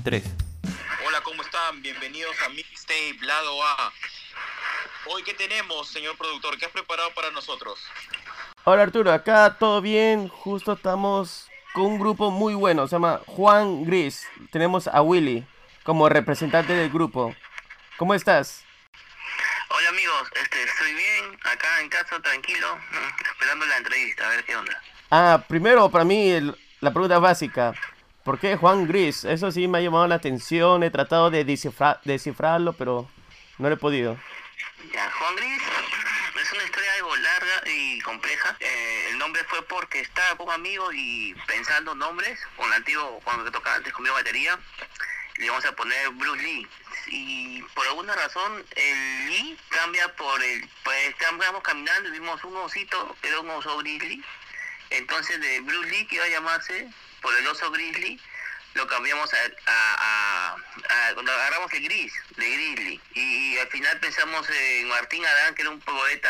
2023. Hola, ¿cómo están? Bienvenidos a Mixtape Lado A. Hoy, ¿qué tenemos, señor productor? ¿Qué has preparado para nosotros? Hola Arturo, acá todo bien, justo estamos con un grupo muy bueno, se llama Juan Gris. Tenemos a Willy como representante del grupo. ¿Cómo estás? Hola amigos, estoy bien, acá en casa tranquilo, esperando la entrevista, a ver qué onda. Primero para mí la pregunta básica, ¿por qué Juan Gris? Eso sí me ha llamado la atención, he tratado de descifrarlo, pero no lo he podido. Ya, Juan Gris es una historia algo larga y compleja. El nombre fue porque estaba con un amigo y pensando nombres, con el antiguo, cuando tocaba antes conmigo batería, le íbamos a poner Bruce Lee. Y por alguna razón el Lee cambia pues estábamos caminando y vimos un osito, que era un oso grizzly. Entonces de Bruce Lee, que iba a llamarse por el oso grizzly, lo cambiamos cuando agarramos el gris, de grizzly. Y al final pensamos en Martín Adán, que era un poeta,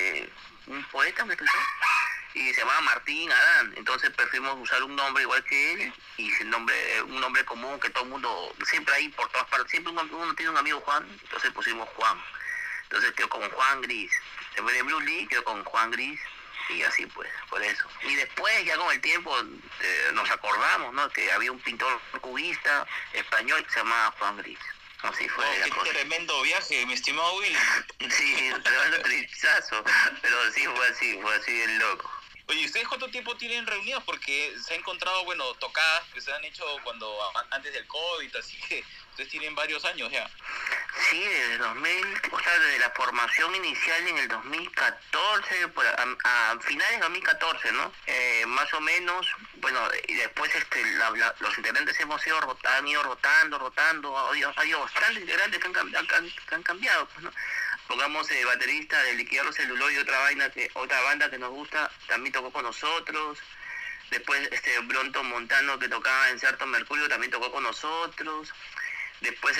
un escritor, y se llamaba Martín Adán. Entonces preferimos usar un nombre igual que él, y un nombre común que todo el mundo, siempre ahí por todas partes, siempre uno tiene un amigo Juan, entonces pusimos Juan. Entonces quedó con Juan Gris. En vez de Bruce Lee, quedó con Juan Gris. Y así pues, por eso. Y después, ya con el tiempo, nos acordamos, ¿no? Que había un pintor cubista español que se llamaba Juan Gris. Así fue la qué cosa. tremendo viaje, mi estimado Willy. Sí, tremendo trizazo. Pero sí, fue así el loco. Oye, ¿ustedes cuánto tiempo tienen reunidos? Porque se ha encontrado, tocadas que se han hecho antes del COVID, así que ustedes tienen varios años ya. Sí, desde 2000, o sea, desde la formación inicial en el 2014, a finales de 2014, ¿no? Más o menos, bueno, y después los integrantes han ido rotando, ha habido bastantes integrantes que han cambiado, pues, ¿no? Pongamos baterista de Liquidar Celuloide, otra banda que nos gusta, también tocó con nosotros. Después Bronto Montano, que tocaba en Cierto Mercurio, también tocó con nosotros. Después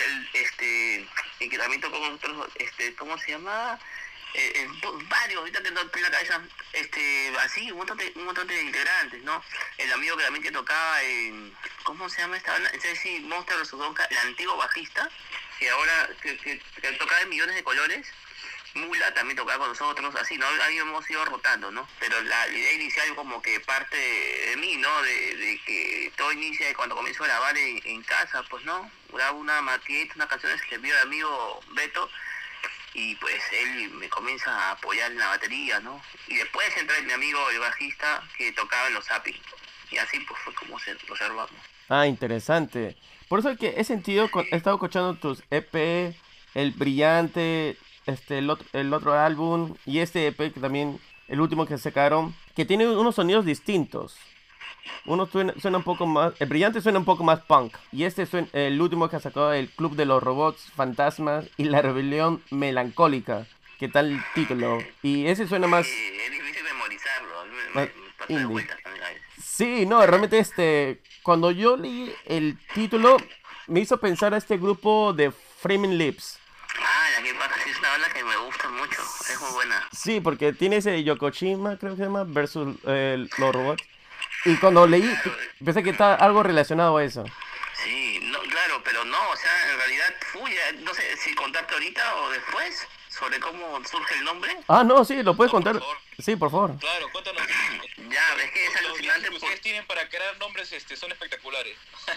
y que también tocó con otros, ¿cómo se llama? Varios, ahorita que no estoy en la cabeza, así, un montón de integrantes, ¿no? El amigo que tocaba en, ¿cómo se llama esta banda? Monster vs. Donka, el antiguo bajista, que ahora, que tocaba en Millones de Colores. Mula también tocaba con nosotros, así, ¿no? Ahí hemos ido rotando, ¿no? Pero la idea inicial como que parte de mí, ¿no? De que todo inicia de cuando comienzo a grabar en casa, pues, ¿no? Grabo una maqueta, unas canciones que le envío al amigo Beto, y pues él me comienza a apoyar en la batería, ¿no? Y después entra mi amigo, el bajista, que tocaba en los zapping. Y así pues fue como los armamos. Interesante. Por eso es que he estado escuchando tus EP, El Brillante, el otro álbum y este EP que también, el último que sacaron, que tiene unos sonidos distintos. Uno suena un poco más, El Brillante suena un poco más punk y el último que ha sacado, El Club de los Robots Fantasmas y La Rebelión Melancólica. ¿Qué tal el título? Y ese suena más, Sí, es difícil memorizarlo, a mí más me pasa de indie. vueltas también a veces. Sí, no, realmente cuando yo leí el título me hizo pensar a este grupo de Framing Lips. La que pasa, sí, es una banda que me gusta mucho, es muy buena. Sí, porque tiene ese Yokoshima, creo que se llama, versus los robots. Y cuando leí, Claro, pensé que estaba algo relacionado a eso. sí, no, claro, pero no, o sea, en realidad, no sé si contarte ahorita o después sobre cómo surge el nombre. No, sí, lo puedes No, por contar. favor. Sí, por favor. Claro, cuéntanos. Ya, es que es Los viajes alucinante que ustedes tienen para crear nombres son espectaculares.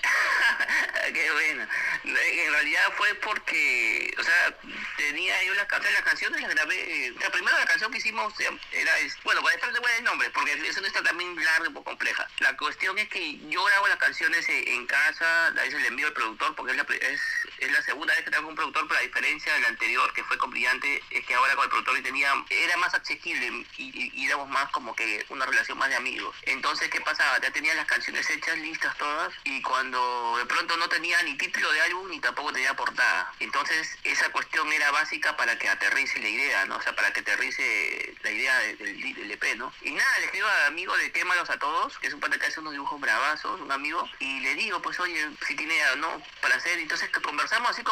Qué bueno. En realidad fue porque, o sea, tenía yo las canciones, las grabé. O sea, primero la canción que hicimos era, bueno, después te voy a dar el nombre, porque eso no está también larga y un poco compleja. La cuestión es que yo grabo las canciones en casa, a veces le envío al productor, porque es la segunda vez que tengo un productor, pero la diferencia del anterior, que fue con Brillante, es que ahora con el productor era más accesible y éramos más como que una relación más de amigos. Entonces, ¿qué pasaba? Ya tenía las canciones hechas, listas todas, y cuando de pronto no tenía ni título de álbum ni tampoco tenía portada. Entonces, esa cuestión era básica para que aterrice la idea, ¿no? O sea, para que aterrice la idea del EP, ¿no? Y nada, le escribo al amigo de Quémalos a Todos, que es un pata que hace unos dibujos bravazos, un amigo, y le digo, pues, oye, si tiene, ¿no? Para hacer. Entonces, que conversamos así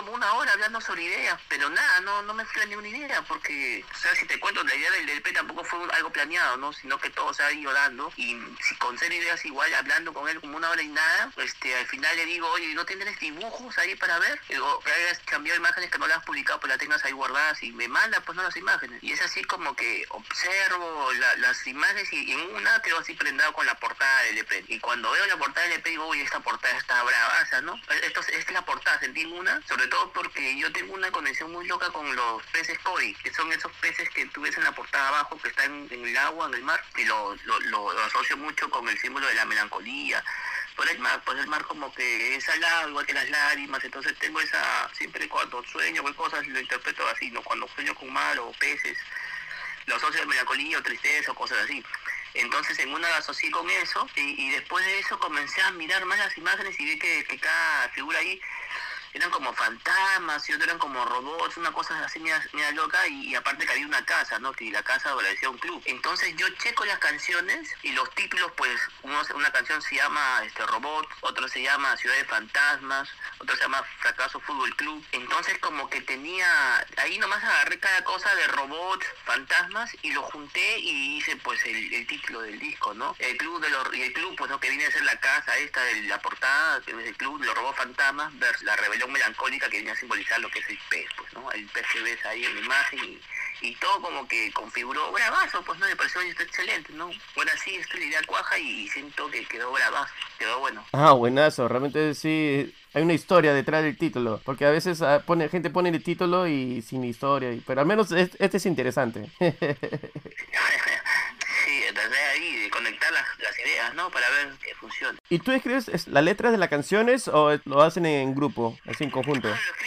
como 1 hora hablando sobre ideas, pero nada, no me fui a ninguna idea, porque, o sea, si te cuento, la idea del LP tampoco fue algo planeado, ¿no? Sino que todo se ha ido dando, y si con ser ideas igual, hablando con él como 1 hora y nada, al final le digo, oye, ¿no tienes dibujos ahí para ver? Digo, que hayas cambiado imágenes que no las has publicado, pues las tengas ahí guardadas, y me manda, pues, no, las imágenes. Y es así como que observo las imágenes, y en una quedo así prendado con la portada del EP. Y cuando veo la portada del EP digo, uy, esta portada está bravaza, ¿no? Esta es la portada, sentí una, sobre todo porque yo tengo una conexión muy loca con los peces koi, que son esos peces que tú ves en la portada abajo, que están en el agua, en el mar, y lo asocio mucho con el símbolo de la melancolía. Por el mar como que es salado, igual que las lágrimas, entonces tengo esa, siempre cuando sueño con cosas lo interpreto así, ¿no? Cuando sueño con mar o peces, lo asocio de melancolía o tristeza o cosas así. Entonces en una la asocié con eso, y después de eso comencé a mirar más las imágenes y vi que cada figura ahí eran como fantasmas y otros eran como robots, una cosa así media loca, y aparte que había una casa, ¿no? Que la casa parecía un club. Entonces yo checo las canciones y los títulos, pues una canción se llama Robot, otro se llama Ciudad de Fantasmas, otro se llama Fracaso Fútbol Club. Entonces como que tenía, ahí nomás agarré cada cosa de robots, fantasmas, y lo junté y hice pues el título del disco, ¿no? El club pues, ¿no? Que viene a ser la casa esta de la portada, que es el club de los robots fantasmas, versus la rebelión melancólica, que viene a simbolizar lo que es el pez, pues, ¿no? El pez que ves ahí en la imagen, y todo como que configuró bravazo, pues, ¿no? Me pareció excelente, ¿no? Ahora sí, la idea cuaja y siento que quedó bravazo, quedó bueno. Ah, buenazo, realmente sí, hay una historia detrás del título, porque a veces gente pone el título y sin historia, pero al menos este es interesante. Sí, tratar de ahí de conectar las ideas, ¿no? Para ver que funciona. ¿Y tú escribes las letras de las canciones o lo hacen en grupo, así en conjunto?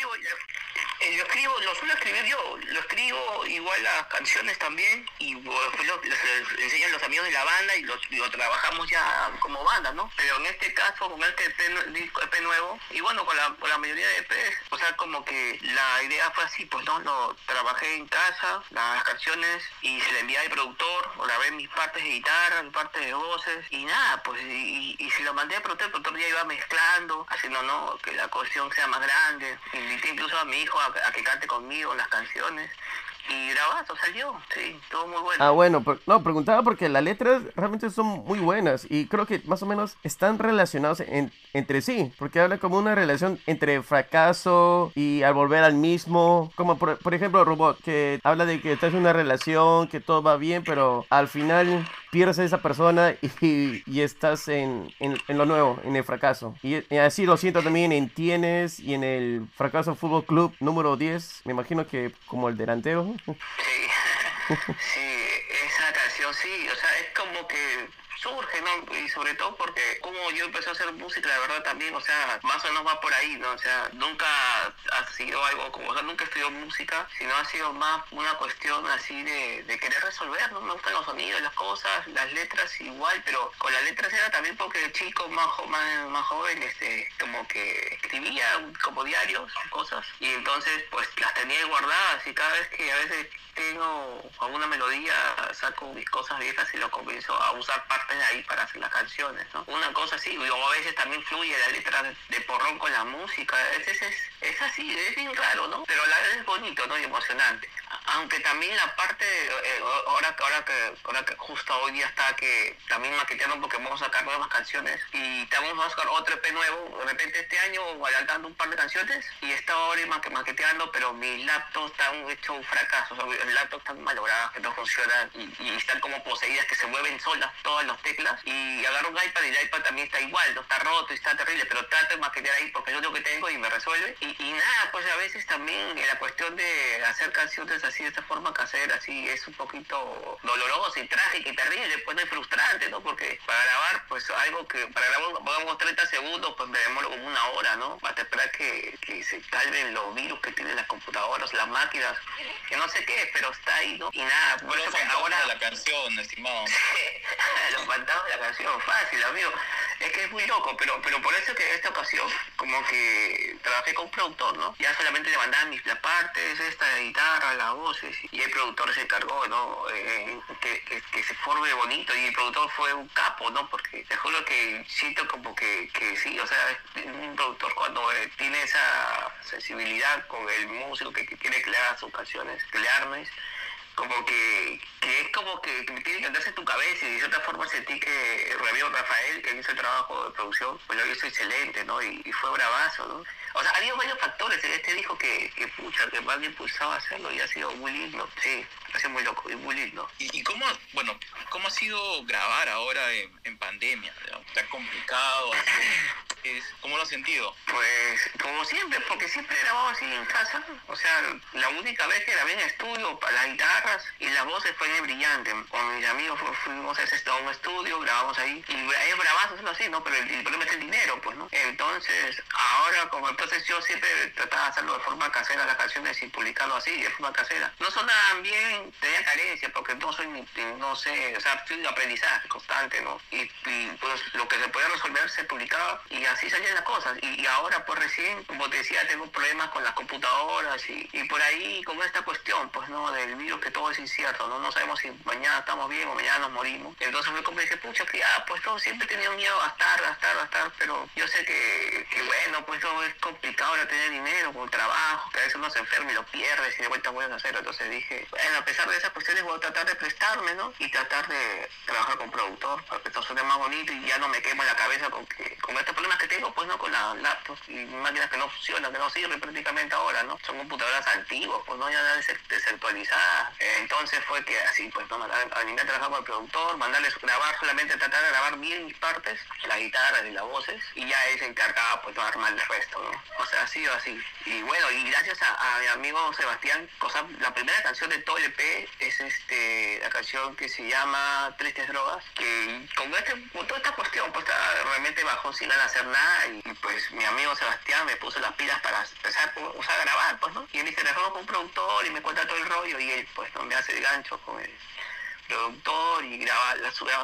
Lo suelo escribir yo, lo escribo igual las canciones también, y después les enseñan los amigos de la banda y lo trabajamos ya como banda, ¿no? Pero en este caso, con este EP nuevo, y bueno, con la mayoría de EPs, o sea, como que la idea fue así, pues, ¿no? Lo trabajé en casa, las canciones, y se le envié al productor, o grabé mis partes de guitarra, mis partes de voces, y nada, pues, y se lo mandé al productor, el productor ya iba mezclando, haciendo, ¿no? Que la cuestión sea más grande. Invité incluso a mi hijo a que cante conmigo las canciones, y grabado salió, sí, todo muy bueno. Ah, bueno, no, preguntaba porque las letras realmente son muy buenas y creo que más o menos están relacionados entre sí, porque habla como una relación entre fracaso y al volver al mismo, como por ejemplo Robot, que habla de que estás en una relación, que todo va bien, pero al final pierdes a esa persona y estás en lo nuevo, en el fracaso. Y así lo siento también en Tienes y en el Fracaso Fútbol Club número 10, me imagino que como el delantero. Sí, sí, esa canción sí, o sea, es como que surge, ¿no? Y sobre todo porque como yo empecé a hacer música, la verdad también, o sea, más o menos va por ahí, ¿no? O sea, nunca ha sido algo como, o sea, nunca estudió música, sino ha sido más una cuestión así de querer resolver, ¿no? Me gustan los sonidos, las cosas, las letras igual, pero con las letras era también porque el chico más joven, como que escribía como diarios, cosas, y entonces pues las tenía guardadas, y cada vez que a veces tengo alguna melodía, saco mis cosas viejas y lo comienzo a usar partes de ahí para hacer las canciones, ¿no? Una cosa así, o a veces también fluye la letra de porrón con la música, a veces es así, es bien raro, ¿no? Pero a la vez es bonito, ¿no? Y emocionante. Aunque también la parte, ahora que justo hoy día está que también maqueteando porque vamos a sacar nuevas canciones y vamos a sacar otro EP nuevo, de repente este año adelantando un par de canciones, y estaba ahora maqueteando, pero mi laptop está hecho un fracaso, o sea, el laptop están malogradas, que no funcionan, y están como poseídas, que se mueven solas todas las teclas, y agarro un iPad y el iPad también está igual, no está roto y está terrible, pero trato de maquetear ahí porque es lo que tengo y me resuelve, y nada, pues a veces también la cuestión de hacer canciones así de esta forma casera, así es un poquito doloroso y trágico y terrible, pues no es frustrante, ¿no? Porque para grabar, pues algo que, para grabar, pongamos 30 segundos, pues veámoslo como 1 hora, ¿no? Hasta esperar que se calmen los virus que tienen las computadoras, las máquinas, que no sé qué, pero está ahí, ¿no? Y nada, por eso que ahora... de la canción, estimado. Los fantasmas de la canción, fácil, amigo. Es que es muy loco, pero por eso que en esta ocasión, como que trabajé con un productor, ¿no? Ya solamente le mandaban las partes, la guitarra, las voces, y el productor se encargó, ¿no? Que se forme bonito, y el productor fue un capo, ¿no? Porque te juro que siento como que sí, o sea, un productor cuando tiene esa sensibilidad con el músico que quiere crear sus canciones, crearles, como que es como que tiene que andarse en tu cabeza, y de cierta forma sentí que Ramiro Rafael, que hizo el trabajo de producción, pues lo hizo excelente, ¿no? Y fue bravazo, ¿no? O sea, ha habido varios factores en este disco que pucha, que me han impulsado a hacerlo, y ha sido muy lindo, sí, ha sido muy loco y muy lindo. ¿Y cómo, bueno, cómo ha sido grabar ahora en pandemia, digamos? ¿Tan complicado? ¿Cómo lo has sentido? Pues como siempre, porque siempre he grabado así en casa. O sea, la única vez que grabé en estudio para las guitarras y las voces fue en El Brillante. Con mis amigos fuimos a un estudio, grabamos ahí. Y es bravazo hacerlo así, ¿no? Pero el problema es el dinero, pues, ¿no? Entonces, ahora como entonces yo siempre trataba de hacerlo de forma casera, las canciones, y publicarlo así, de forma casera. No sonaban bien, tenía carencia, porque no soy, no sé, o sea, estoy en aprendizaje constante, ¿no? Y pues lo que se podía resolver se publicaba, y así salían las cosas. Y ahora pues recién, como te decía, tengo problemas con las computadoras, y por ahí como esta cuestión, pues, ¿no? Del virus, que todo es incierto, ¿no? No sabemos si mañana estamos bien o mañana nos morimos. Entonces fue como dije, pucha, que ya, pues todo, siempre he tenido miedo a gastar, pero yo sé que bueno, pues todo es complicado ahora tener dinero con trabajo, que a veces uno se enferma y lo pierdes y de vuelta vuelves a hacerlo. Entonces dije, bueno, a pesar de esas cuestiones voy a tratar de prestarme, ¿no? Y tratar de trabajar con productor para que todo suene más bonito, y ya no me quemo la cabeza con estos problemas que tengo, pues, ¿no? Con las laptops y máquinas que no funcionan, que no sirven prácticamente ahora, ¿no? Son computadoras antiguas, pues, ¿no? Ya desactualizadas. Entonces fue que así, pues, ¿no? Animé a trabajar con el productor, mandarles grabar, solamente tratar de grabar bien mis partes, las guitarras y las voces, y ya él se encargaba, pues, de armar el resto, ¿no? O sea, ha sido así. Y bueno, y gracias a mi amigo Sebastián, la primera canción de todo el EP es la canción que se llama Tristes Drogas, que con toda esta cuestión, pues, está realmente bajó sin ganas de hacer nada, y pues mi amigo Sebastián me puso las pilas para empezar a grabar, pues, ¿no? Y él dice, trabajamos con un productor y me cuenta todo el rollo, y él, pues, no me hace el gancho con el productor y graba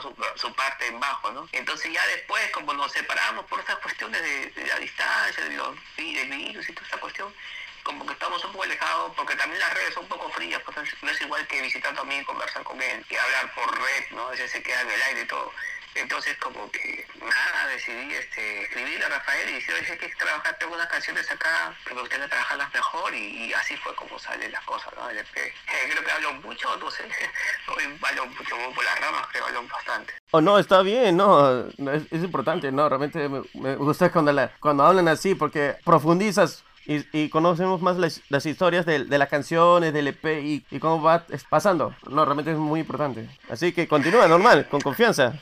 su parte en bajo, ¿no? Entonces ya después, como nos separamos por estas cuestiones de la distancia, del virus y toda esta cuestión, como que estamos un poco alejados, porque también las redes son un poco frías, pues no es igual que visitar a mí y conversar con él, que hablar por red, ¿no? A veces se queda en el aire y todo. Entonces como que nada, decidí escribirle a Rafael y decir, oye, hay que trabajar, tengo unas canciones acá, que me gustaría trabajarlas mejor, y así fue como salen las cosas, ¿no? Creo que hablo mucho, no sé, hoy hablo mucho, voy por las ramas, creo que hablo bastante. Oh, no, está bien, no, es importante, no, realmente me gusta cuando hablan así, porque profundizas y conocemos más las historias de las canciones, del EP y cómo va pasando. No, realmente es muy importante. Así que continúa, normal, con confianza.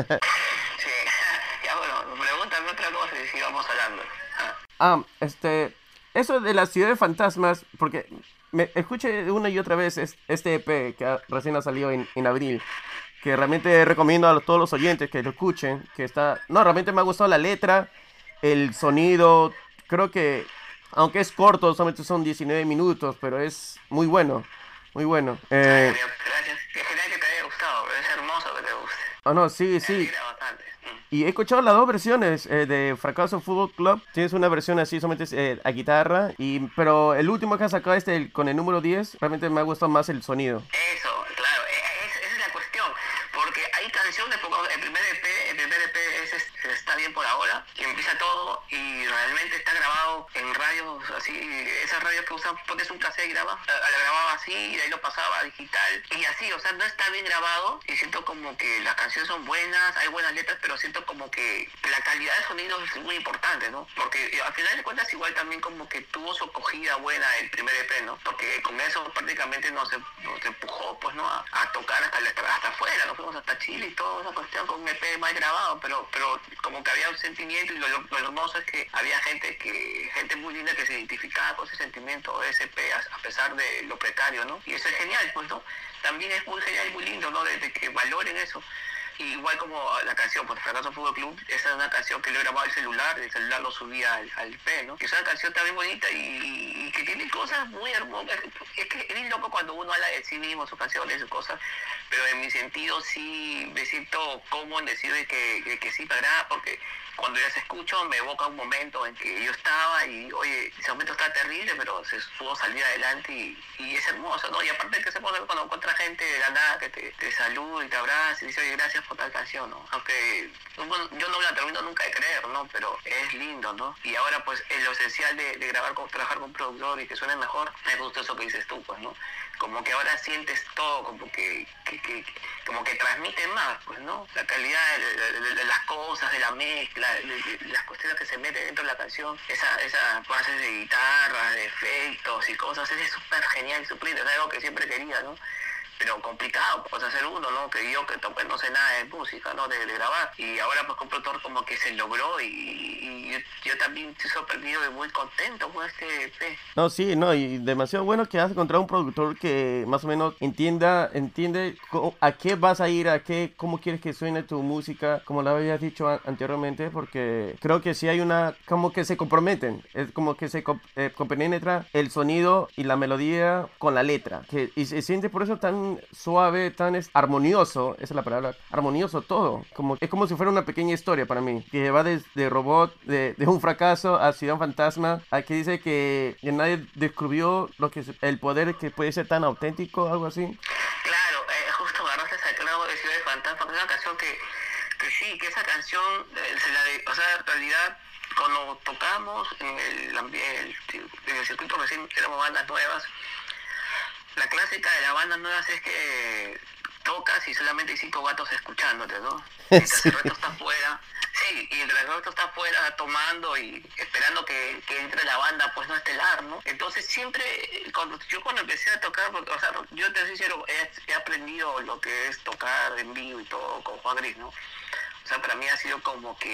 Sí, ya bueno, pregúntame otra cosa y sigamos hablando. Eso de la ciudad de fantasmas, porque me escuché una y otra vez este EP que recién ha salido en abril, que realmente recomiendo a todos los oyentes que lo escuchen, que está... No, realmente me ha gustado la letra, el sonido, creo que, aunque es corto, solamente son 19 minutos, pero es muy bueno, muy bueno. Gracias, es genial que te haya gustado, es hermoso que te guste. No, sí, Me sí. alegra bastante. Y he escuchado las dos versiones de Fracaso Fútbol Club. Tienes una versión así solamente a guitarra, pero el último que ha sacado con el número 10, realmente me ha gustado más el sonido. Eso, claro, esa es la cuestión, porque hay canciones, porque el primer EP está bien por ahora, que empieza todo y realmente está grabado en radios así, esas radios que usan, pones un cassette y grabas, la grababa así y de ahí lo pasaba a digital y así, o sea, no está bien grabado y siento como que las canciones son buenas, hay buenas letras, pero siento como que la calidad de sonido es muy importante, ¿no? Porque al final de cuentas igual también como que tuvo su acogida buena el primer EP, ¿no? Porque con eso prácticamente nos empujó, pues, ¿no? A tocar hasta afuera, nos fuimos hasta Chile y toda esa cuestión con un EP mal grabado, pero como que había un sentimiento y lo hermoso es que había gente muy linda que se identificaba con ese sentimiento de ese EP a pesar de lo precario, ¿no? Y eso es genial, pues, ¿no? También es muy genial y muy lindo, ¿no? De que valoren eso. Y igual como la canción, pues Fracaso Fútbol Club, esa es una canción que lo he grabado el celular lo subía al EP, ¿no? Que es una canción también bonita y que tiene cosas muy hermosas. Es que es bien loco cuando uno habla de sí mismo, sus canciones, sus cosas, pero en mi sentido sí me siento cómodo en decir de que sí me agrada, porque cuando ya se escucho me evoca un momento en que yo estaba y, oye, ese momento está terrible, pero se pudo salir adelante y es hermoso, ¿no? Y aparte que se puede ver cuando encuentra gente de la nada que te saluda y te abraza y dice, oye, gracias por tal canción, ¿no? Aunque bueno, yo no la termino nunca de creer, ¿no? Pero es lindo, ¿no? Y ahora, pues, lo esencial de trabajar con un productor y que suene mejor, es justo eso que dices tú, pues, ¿no? Como que ahora sientes todo, como como que transmite más, pues, ¿no? La calidad de las cosas, de la mezcla, de las cuestiones que se meten dentro de la canción, esa bases de guitarra, de efectos y cosas, es súper genial y súper lindo, es algo que siempre quería, ¿no? Pero complicado, pues hacer uno, ¿no? Que yo que pues, no sé nada de música, ¿no? De grabar. Y ahora pues con productor como que se logró y yo también estoy sorprendido y muy contento con este EP. No, sí, no, y demasiado bueno que has encontrado un productor que más o menos entiende a qué vas a ir, cómo quieres que suene tu música, como lo habías dicho anteriormente, porque creo que sí hay como que se comprometen, es como que se compenetra el sonido y la melodía con la letra, y se siente por eso tan suave, tan armonioso, esa es la palabra, armonioso todo, es como si fuera una pequeña historia para mí, que va desde Robot, de un fracaso a Ciudad Fantasma, a que dice que nadie descubrió el poder que puede ser tan auténtico, algo así. Claro, justo agarraste ese clavo de Ciudad de Fantasma, que es una canción que sí, que esa canción, o sea, en realidad, cuando tocamos en el circuito recién éramos bandas nuevas, la clásica de las bandas nuevas es que tocas y solamente hay 5 gatos escuchándote, ¿no? Mientras Sí. el resto está afuera. Sí, y el resto está afuera tomando y esperando que entre la banda, pues no estelar, ¿no? Entonces siempre, cuando empecé a tocar, o sea, yo te soy sincero, he aprendido lo que es tocar en vivo y todo con Juan Gris, ¿no? O sea, para mí ha sido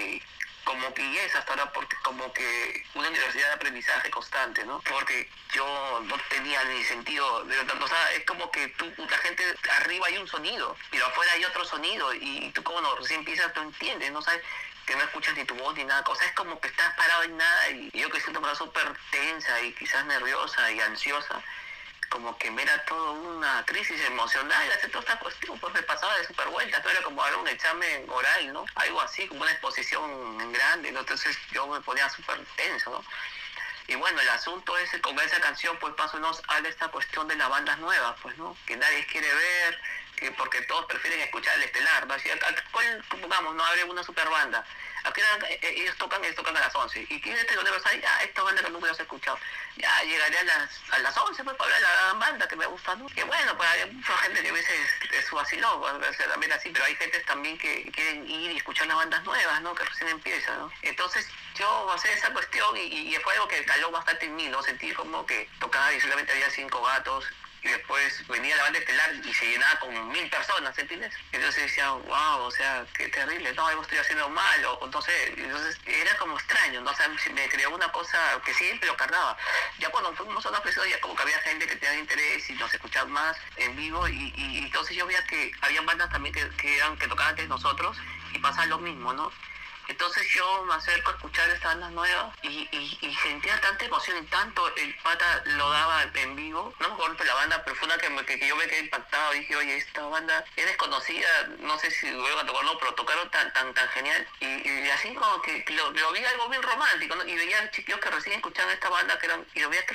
como que es hasta ahora, porque como que una universidad de aprendizaje constante, ¿no? Porque yo no tenía ni sentido, o sea, es como que la gente arriba hay un sonido, pero afuera hay otro sonido, y tú como no recién empiezas, tú entiendes, no sabes que no escuchas ni tu voz ni nada, o sea, es como que estás parado en nada, y yo que siento una súper tensa y quizás nerviosa y ansiosa, como que me era todo una crisis emocional hacer toda esta cuestión, pues me pasaba de súper vuelta, todo era como dar un examen oral, ¿no? Algo así, como una exposición grande, ¿no? Entonces yo me ponía súper tenso, ¿no? Y bueno, el asunto es, con esa canción, pues más o menos habla esta cuestión de las bandas nuevas, pues, ¿no? Que nadie quiere ver, porque todos prefieren escuchar el estelar, ¿no? Así, ¿cuál, supongamos, no abre una super banda? Aquí ellos tocan a las 11. ¿Y quién es este universal? Ah, esta banda que nunca los he escuchado. Ya llegaré a las 11, pues, para hablar de la gran banda que me gusta, ¿no? Que bueno, pues hay mucha gente que a veces es su vacilón, puede ser también así, pero hay gente también que quieren ir y escuchar las bandas nuevas, ¿no? Que recién empiezan, ¿no? Entonces yo hacía esa cuestión y fue algo que caló bastante en mí, ¿no? Sentí como que tocaba y solamente había 5 gatos, y después venía la banda estelar y se llenaba con 1000 personas, ¿entiendes? Entonces decía, wow, o sea, qué terrible, no, algo estoy haciendo mal, o no sé, entonces era como extraño, ¿no? O sea, me creó una cosa que siempre lo cargaba. Ya cuando fuimos a una presión, ya como que había gente que tenía interés y nos escuchaba más en vivo, y entonces yo veía que había bandas también que tocaban antes de nosotros, y pasaba lo mismo, ¿no? Entonces yo me acerco a escuchar estas bandas nuevas y sentía tanta emoción y tanto el pata lo daba en vivo. No me acuerdo de la banda, pero fue una que yo me quedé impactado. Dije, oye, esta banda es desconocida, no sé si luego a tocar, no, pero tocaron tan genial. Y así como que lo vi algo bien romántico, ¿no? Y veía chicos que recién escuchaban esta banda y lo veía que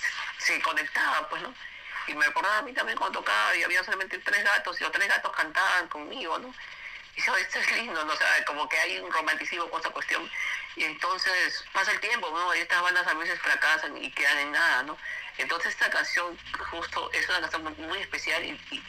se conectaban, pues, ¿no? Y me acordaba a mí también cuando tocaba y había solamente 3 gatos y los 3 gatos cantaban conmigo, ¿no? Y eso, esto es lindo, ¿no? O sea, como que hay un romanticismo con esa cuestión. Y entonces pasa el tiempo, ¿no? Y estas bandas a veces fracasan y quedan en nada, ¿no? Entonces esta canción justo es una canción muy especial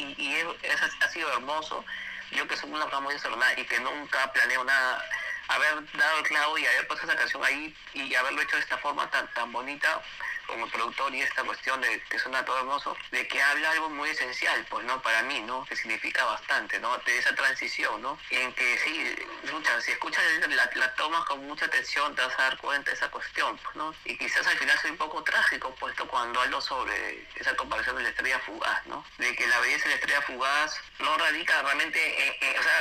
y ha sido hermoso. Yo que soy una persona muy desordenada y que nunca planeo nada, haber dado el clavo y haber puesto esa canción ahí y haberlo hecho de esta forma tan bonita como productor, y esta cuestión de que suena todo hermoso, de que habla algo muy esencial, pues, ¿no? Para mí, ¿no? Que significa bastante, ¿no? De esa transición, ¿no? En que sí, si escuchas la tomas con mucha atención, te vas a dar cuenta de esa cuestión, pues, ¿no? Y quizás al final soy un poco trágico, puesto cuando hablo sobre esa comparación de la estrella fugaz, ¿no? De que la belleza de la estrella fugaz no radica realmente o sea,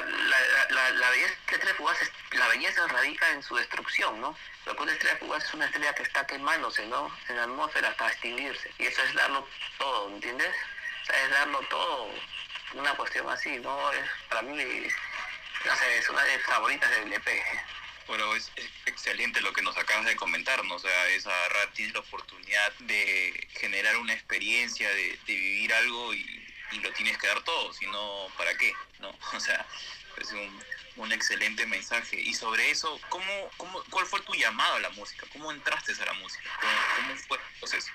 la belleza de la estrella fugaz, la belleza radica en su destrucción, ¿no? Lo que una estrella fugaz es una estrella que está quemándose, ¿no? En la atmósfera hasta extinguirse. Y eso es darlo todo, ¿entiendes? O sea, es darlo todo una cuestión así, ¿no? Para mí, no sé, es una de mis favoritas del EP. Bueno, es excelente lo que nos acabas de comentar, ¿no? O sea, esa RAT tiene la oportunidad de generar una experiencia, de vivir algo y lo tienes que dar todo, si no, ¿para qué? ¿No? O sea, es un excelente mensaje. Y sobre eso, ¿cuál fue tu llamado a la música? ¿Cómo entraste a la música? ¿Cómo fue el proceso?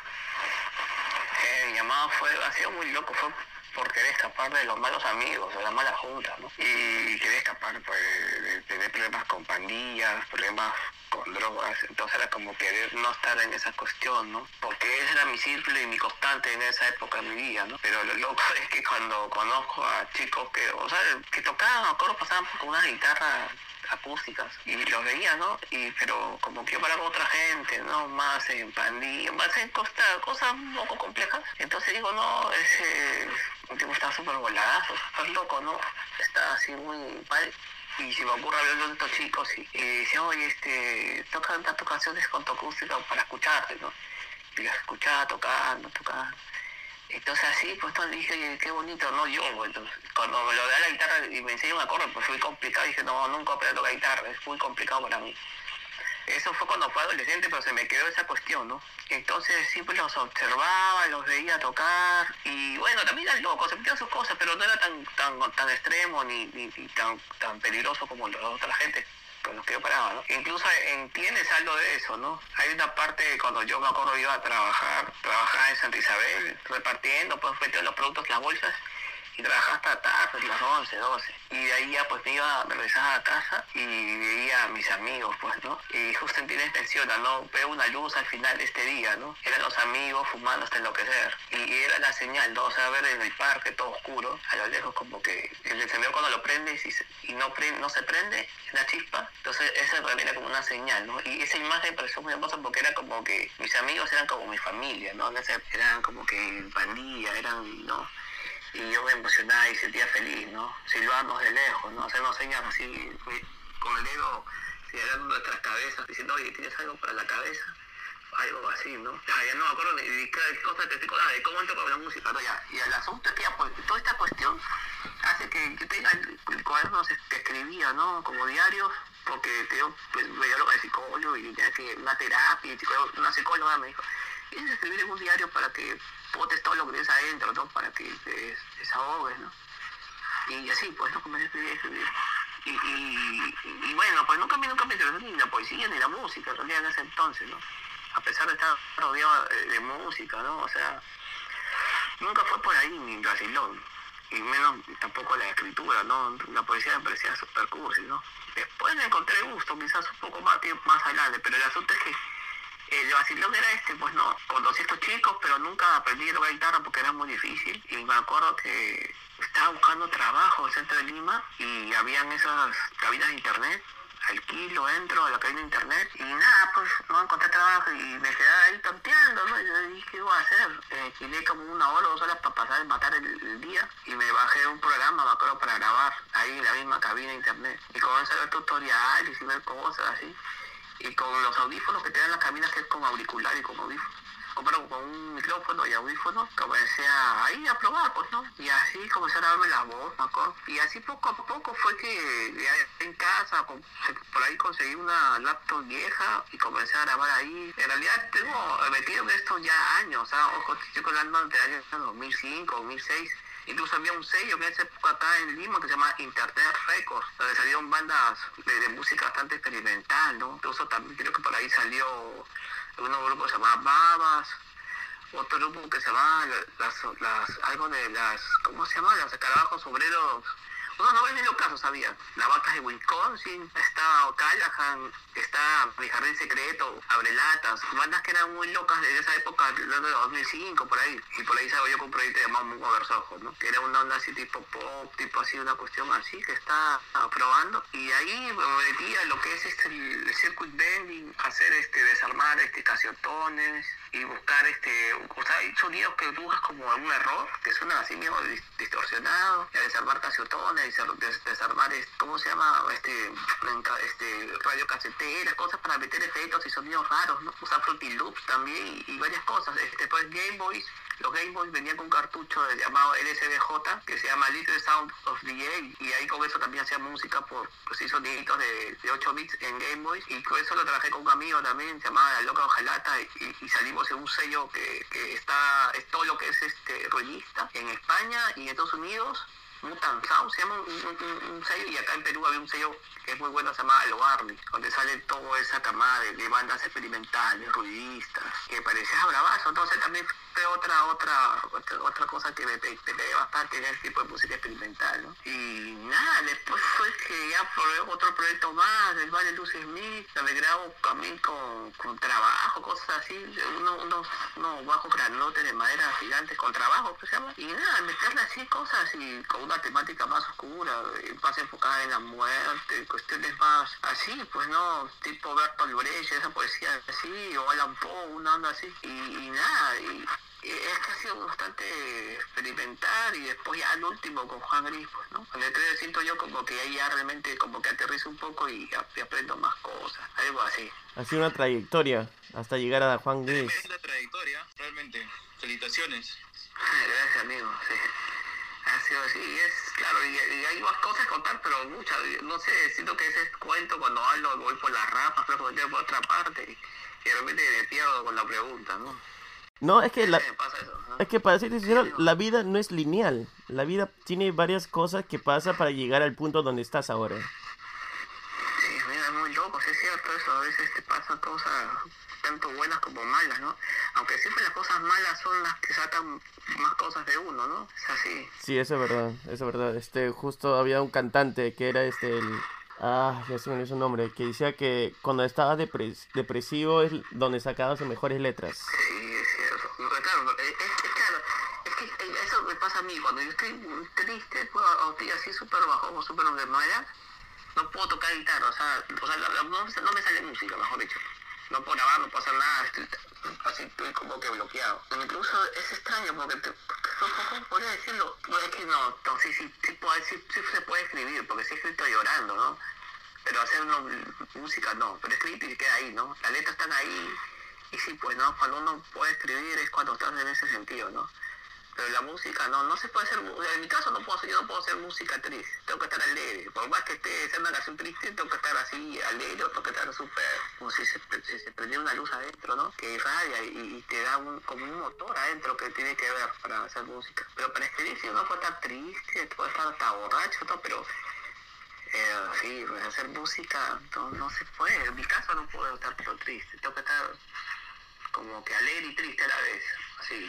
Mi llamado ha sido muy loco, fue por querer escapar de los malos amigos, de las malas juntas, ¿no? Y querer escapar pues, de tener problemas con pandillas, problemas con drogas, entonces era como querer no estar en esa cuestión, ¿no? Porque ese era mi círculo y mi constante en esa época de mi vida, ¿no? Pero lo loco es que cuando conozco a chicos que, o sea, que tocaban, me acuerdo, pasaban con una guitarra acústicas y los veía, ¿no? Pero como que yo para otra gente, ¿no? Más en pandilla, más en cosas un poco complejas. Entonces digo, no, ese un tipo está súper voladazo, súper loco, ¿no? Está así muy mal. Y se me ocurre hablar de estos chicos y dice, oye, tocan tantas canciones con tu acústica para escucharte, ¿no? Y las escuchaba tocando. Entonces así, pues entonces dije, qué bonito, ¿no? Yo, entonces, cuando me lo da la guitarra y me enseñó un acorde, pues fue complicado, dije, no, nunca aprendí a tocar guitarra, es muy complicado para mí. Eso fue cuando fue adolescente, pero se me quedó esa cuestión, ¿no? Entonces siempre los observaba, los veía tocar, y bueno, también eran locos, se metían sus cosas, pero no era tan extremo ni tan peligroso como la otra gente con los que yo paraba, ¿no? Incluso entiendes algo de eso, ¿no? Hay una parte cuando yo me acuerdo iba a trabajaba en Santa Isabel, repartiendo, pues metiendo los productos, las bolsas, y trabajaba hasta tarde, las 11, 12. Y de ahí ya pues regresaba a casa y veía a mis amigos, pues, ¿no? Y justo entiendes menciona, ¿no? Veo una luz al final de este día, ¿no? Eran los amigos fumando hasta enloquecer. Y era la señal, ¿no? O sea, ver en el parque todo oscuro, a lo lejos como que el encendedor cuando lo prendes y no se prende, la chispa. Entonces esa era como una señal, ¿no? Y esa imagen me pareció muy hermosa porque era como que mis amigos eran como mi familia, ¿no? Eran como que en pandilla, ¿no? Y yo me emocionaba y sentía feliz, ¿no? Silbarnos de lejos, ¿no? Hacernos señas así, con el dedo señalando nuestras cabezas, diciendo, oye, ¿tienes algo para la cabeza? Algo así, ¿no? Ya no me acuerdo ni qué cosa te estoy contando, de cómo entro con la música, ¿no? Y el asunto es que ya, pues, toda esta cuestión hace que yo tenga el cuaderno que escribía, ¿no? Como diarios, porque pues, veía lo del psicólogo y ya que una terapia, una psicóloga me dijo, tienes que escribir en un diario para que botes todo lo que tienes adentro, ¿no? Para que te desahogues, ¿no? Y así, pues, no comencé a escribir. Y bueno, pues nunca me interesó ni la poesía ni la música, en realidad en ese entonces, ¿no? A pesar de estar rodeado de música, ¿no? O sea, nunca fue por ahí ni vacilón. Y menos tampoco la escritura, ¿no? La poesía me parecía super cursi, ¿no? Después le encontré gusto, quizás un poco más adelante, pero el asunto es que el vacilón era pues no, conocí a estos chicos, pero nunca aprendí a tocar guitarra porque era muy difícil. Y me acuerdo que estaba buscando trabajo en el centro de Lima y habían esas cabinas de internet. Alquilo, entro a la cabina de internet y nada, pues no encontré trabajo y me quedaba ahí tonteando, ¿no? Y yo dije, ¿qué voy a hacer? Alquilé como 1 hora o 2 horas para matar el día y me bajé un programa, me acuerdo, para grabar ahí en la misma cabina de internet. Y comencé a ver tutoriales y ver cosas así. Y con los audífonos que te dan las cabinas, que es con auricular y con audífonos, pero con un micrófono y audífonos, comencé a probar, pues, ¿no? Y así comencé a grabarme la voz, me acuerdo. Y así poco a poco fue que ya en casa, por ahí conseguí una laptop vieja y comencé a grabar ahí. En realidad tengo metido en esto ya años, o sea, ojo, estoy hablando de años 2005, 2006. Incluso había un sello en esa época acá en Lima que se llama Internet Records, donde salieron bandas de música bastante experimental, ¿no? Incluso también creo que por ahí salió un grupo que se llamaba Babas, otro grupo que se llamaba algo de las, ¿cómo se llama? Los escarabajos obreros. No ven ni los casos, sabía. Las vacas de Wisconsin, está Callahan, está Mi Jardín Secreto, Abrelatas, bandas que eran muy locas de esa época, de 2005, por ahí. Y por ahí salgo yo con un proyecto llamado Mungo Versojo, ¿no? Que era una onda así tipo pop, tipo así, una cuestión así, que está probando. Y ahí me metí a lo que es el circuit bending, hacer desarmar casiotones y buscar o sea, hay sonidos que buscas como algún error, que suenan así mismo distorsionados, y a desarmar casiotones, desarmar, ¿cómo se llama? Radio caseteras, cosas para meter efectos y sonidos raros, ¿no? Usar Fruity Loops también y varias cosas. Pues Game Boys los Game Boy venían con un cartucho llamado LSBJ, que se llama Little Sound of the Age, y ahí con eso también hacía música pues hizo soniditos de 8 bits en Game Boy, y con eso lo trabajé con un amigo también, se llamaba La Loca Ojalata, y salimos en un sello que es todo lo que es ruidista en España y en Estados Unidos. Mutant Sound se llama un sello, y acá en Perú había un sello que es muy bueno, se llama Lo Army, donde sale toda esa camada de bandas experimentales, ruidistas, que parecía bravazo. Entonces también fue otra cosa que me pegué bastante en el tipo de música experimental, ¿no? Y nada, después fue que ya probé otro proyecto más, el Vale Lucy Smith, donde grabo también con trabajo, cosas así, unos bajos granotes de madera gigantes con trabajo, pues se llama. Y nada, meterle así cosas y con una temática más oscura, más enfocada en la muerte, cuestiones más así, pues no, tipo Bertolt Brecht, esa poesía así, o Alan Poe, una onda así, y nada, y es que ha sido bastante experimentar, y después ya al último con Juan Gris, pues, ¿no? Con el 3 siento yo como que ahí ya realmente como que aterrizo un poco y aprendo más cosas, algo así. Ha sido una trayectoria hasta llegar a Juan Gris. Es la trayectoria, realmente. Felicitaciones. Gracias, amigo, sí. Ha sido así, claro, y hay más cosas que contar, pero muchas, no sé, siento que ese cuento cuando hablo voy por las ramas, pero voy por otra parte, y realmente me pierdo con la pregunta, ¿no? No, es que Me pasa eso, ¿no? es que para ser sincero, la vida no es lineal. La vida tiene varias cosas que pasan para llegar al punto donde estás ahora. Sí, mira, es muy loco, sí es cierto eso, a veces te pasan cosas tanto buenas como malas, ¿no? Aunque siempre las cosas malas son las que sacan más cosas de uno, ¿no? Es así. Sí, eso es verdad, eso es verdad. Justo había un cantante que era ya se me olvidó su nombre, que decía que cuando estaba depresivo es donde sacaba sus mejores letras. Sí, es cierto. Claro, claro, es que eso me pasa a mí, cuando yo estoy triste, pues, o estoy así súper bajo o súper de mala, no puedo tocar guitarra, o sea no me sale música, mejor dicho. No puedo grabar, no puedo hacer nada, estoy como que bloqueado. Incluso es extraño porque ¿cómo podría decirlo? No, es que no, sí se puede escribir, porque sí he escrito llorando, ¿no? Pero hacer música no, pero escribir y queda ahí, ¿no? Las letras están ahí, y sí, pues, ¿no? Cuando uno puede escribir es cuando estás en ese sentido, ¿no? Pero la música no se puede hacer, en mi caso yo no puedo hacer música triste, tengo que estar alegre, por más que esté sea una canción triste, tengo que estar así alegre, o tengo que estar súper, como si se prendiera una luz adentro, ¿no? Que irradia y te da como un motor adentro que tiene que ver para hacer música. Pero para escribir si uno puede estar triste, puede estar hasta borracho, ¿no? Pero sí, para hacer música no se puede, en mi caso no puedo estar pero triste, tengo que estar como que alegre y triste a la vez, así.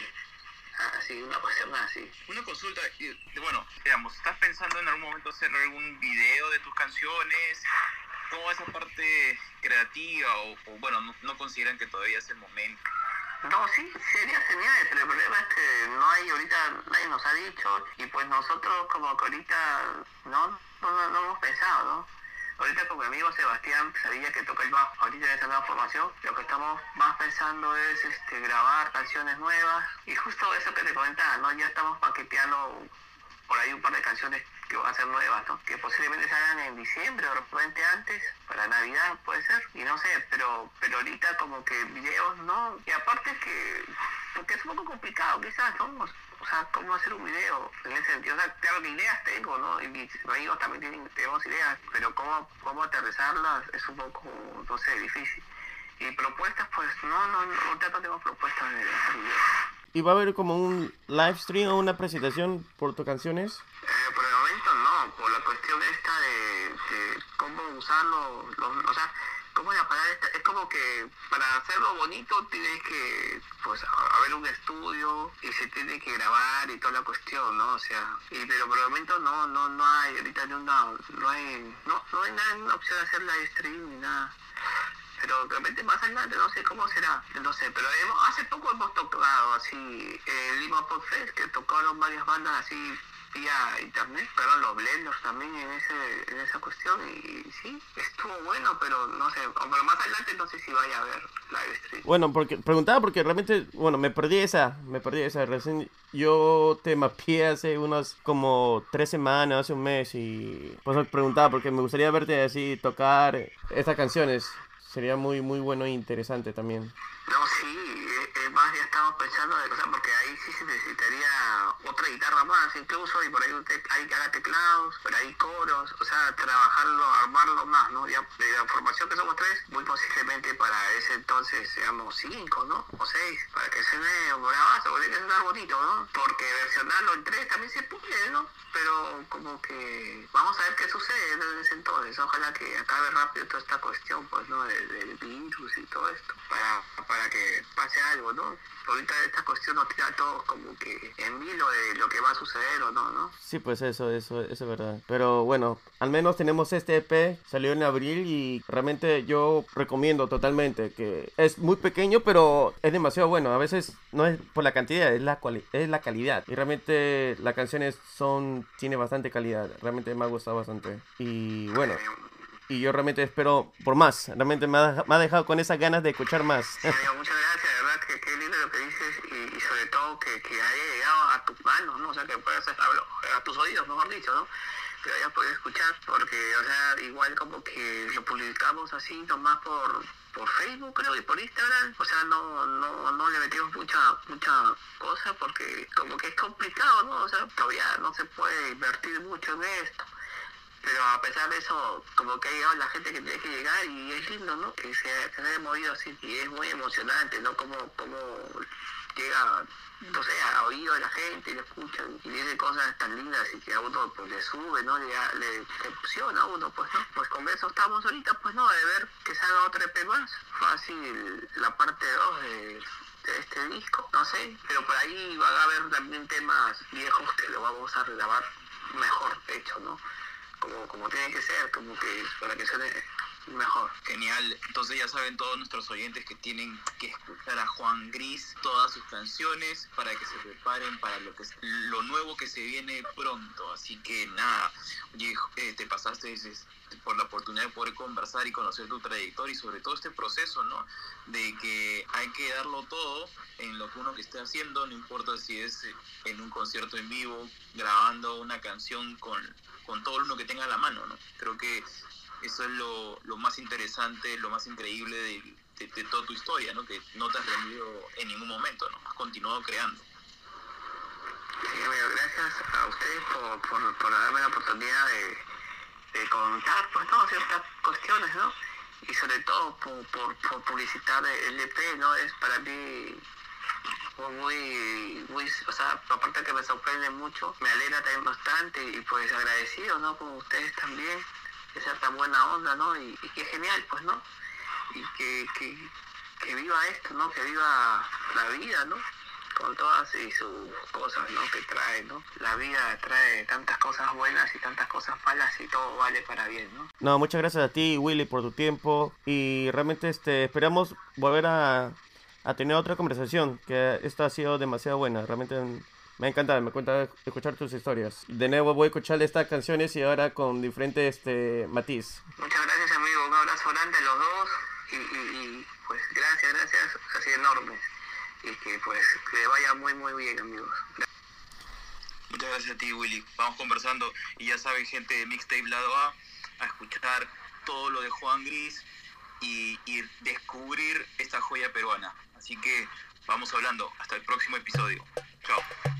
Sí, una cuestión así. Una consulta, bueno, digamos, ¿estás pensando en algún momento hacer algún video de tus canciones? ¿Cómo esa parte creativa o bueno, no consideran que todavía es el momento? No, sí, sería genial, pero el problema es que no hay ahorita, nadie nos ha dicho, y pues nosotros como que ahorita no hemos pensado, ¿no? Ahorita con mi amigo Sebastián Sevilla, que toca el bajo, ahorita en esta nueva formación, lo que estamos más pensando es grabar canciones nuevas, y justo eso que te comentaba, ¿no? Ya estamos paqueteando por ahí un par de canciones que van a ser nuevas, ¿no? Que posiblemente salgan en diciembre o de repente antes, para Navidad puede ser, y no sé, pero ahorita como que videos no, y aparte es que, porque es un poco complicado quizás, ¿no? O sea, cómo hacer un video en ese sentido, o sea, claro que ideas tengo, ¿no? Y mis amigos también tenemos ideas, pero cómo aterrizarlas es un poco, no sé, difícil. Y propuestas, pues, ahorita no tengo propuestas de hacer videos. ¿Y va a haber como un live stream o una presentación por tus canciones? Por el momento no, por la cuestión esta de cómo usarlo, o sea, cómo apagar es como que para hacerlo bonito tienes que, pues, haber un estudio y se tiene que grabar y toda la cuestión, ¿no? O sea, pero por el momento no hay, ahorita no hay nada, una opción de hacer live stream ni nada. Pero de repente más adelante no sé cómo será, no sé, pero hace poco hemos tocado así Lima Pop Fest, que tocaron varias bandas así vía internet, pero los Blenders también en esa cuestión, y sí, estuvo bueno, pero no sé, pero más adelante no sé si vaya a haber live stream. Bueno, preguntaba porque realmente, bueno, me perdí esa, recién yo te mapeé hace unas como 3 semanas, hace un mes, y pues preguntaba porque me gustaría verte así tocar estas canciones. Sería muy, muy bueno e interesante también. No, sí, más ya estamos pensando de cosas, porque ahí sí se necesitaría otra guitarra más incluso, y por ahí hay que haga teclados, por ahí coros, o sea, trabajarlo, armarlo más, ¿no? Ya de la formación que somos 3, muy posiblemente para ese entonces seamos 5, ¿no? O 6, para que suene bravazo, porque tiene que sonar bonito, ¿no? Porque versionarlo en 3 también se puede, ¿no? Pero como que vamos a ver qué sucede, ¿no? En ese entonces. Ojalá que acabe rápido toda esta cuestión, pues, ¿no? Del virus y todo esto, para que pase algo, ¿no? Ahorita esta cuestión nos tira a todos como que en vilo de lo que va a suceder o no, ¿no? Sí, pues eso es verdad. Pero bueno, al menos tenemos este EP, salió en abril y realmente yo recomiendo totalmente, que es muy pequeño, pero es demasiado bueno. A veces no es por la cantidad, es la calidad. Y realmente las canciones tiene bastante calidad. Realmente me ha gustado bastante. Y bueno, y yo realmente espero por más. Realmente me ha dejado con esas ganas de escuchar más. Sí, amigo, muchas gracias, de verdad que qué lindo lo que dices y sobre todo que haya llegado a tus manos, ¿no? O sea, que puedas a tus oídos, mejor dicho, ¿no? Que hayas podido escuchar, porque, o sea, igual como que lo publicamos así nomás por Facebook, creo, y por Instagram, o sea, no le metimos mucha cosa porque como que es complicado, ¿no? O sea, todavía no se puede invertir mucho en esto. Pero a pesar de eso, como que ha llegado la gente que tiene que llegar y es lindo, ¿no? Que se haya movido así y es muy emocionante, ¿no? Como llega, no sé, a oído de la gente y lo escuchan y dice cosas tan lindas y que a uno pues le sube, ¿no? Le emociona a uno, pues, ¿no? Pues con eso estamos ahorita, pues, ¿no? De ver que salga otro EP más, fácil la parte 2 de este disco, no sé, pero por ahí van a haber también temas viejos que lo vamos a grabar mejor hecho, ¿no? Como tiene que ser, como que para que suene mejor. Genial, entonces ya saben todos nuestros oyentes que tienen que escuchar a Juan Gris, todas sus canciones, para que se preparen para lo nuevo que se viene pronto. Así que nada, oye, te pasaste por la oportunidad de poder conversar y conocer tu trayectoria y sobre todo este proceso, ¿no? De que hay que darlo todo en lo que uno que esté haciendo, no importa si es en un concierto en vivo, grabando una canción con todo lo que tenga a la mano, ¿no? Creo que eso es lo más interesante, lo más increíble de toda tu historia, ¿no? Que no te has rendido en ningún momento, ¿no? Has continuado creando. Sí, amigo, gracias a ustedes por darme la oportunidad de contar, pues, ¿no? Ciertas cuestiones, ¿no? Y sobre todo por publicitar el EP, ¿no? Es para mí muy, o sea, aparte que me sorprende mucho, me alegra también bastante y pues agradecido, ¿no? Con ustedes también, de ser tan buena onda, ¿no? Y que genial, pues, ¿no? Y que viva esto, ¿no? Que viva la vida, ¿no? Con todas y sus cosas, ¿no? Que trae, ¿no? La vida trae tantas cosas buenas y tantas cosas malas y todo vale para bien, ¿no? No, muchas gracias a ti, Willy, por tu tiempo y realmente esperamos volver a tener otra conversación, que esta ha sido demasiado buena, realmente me ha encantado, me encanta escuchar tus historias. De nuevo voy a escuchar estas canciones y ahora con diferentes matiz. Muchas gracias, amigo, un abrazo grande a los dos y pues gracias, así enormes y que pues que vaya muy muy bien, amigos. Muchas gracias a ti, Willy. Vamos conversando y ya saben, gente de Mixtape Lado a escuchar todo lo de Juan Gris y descubrir esta joya peruana. Así que vamos hablando. Hasta el próximo episodio. Chao.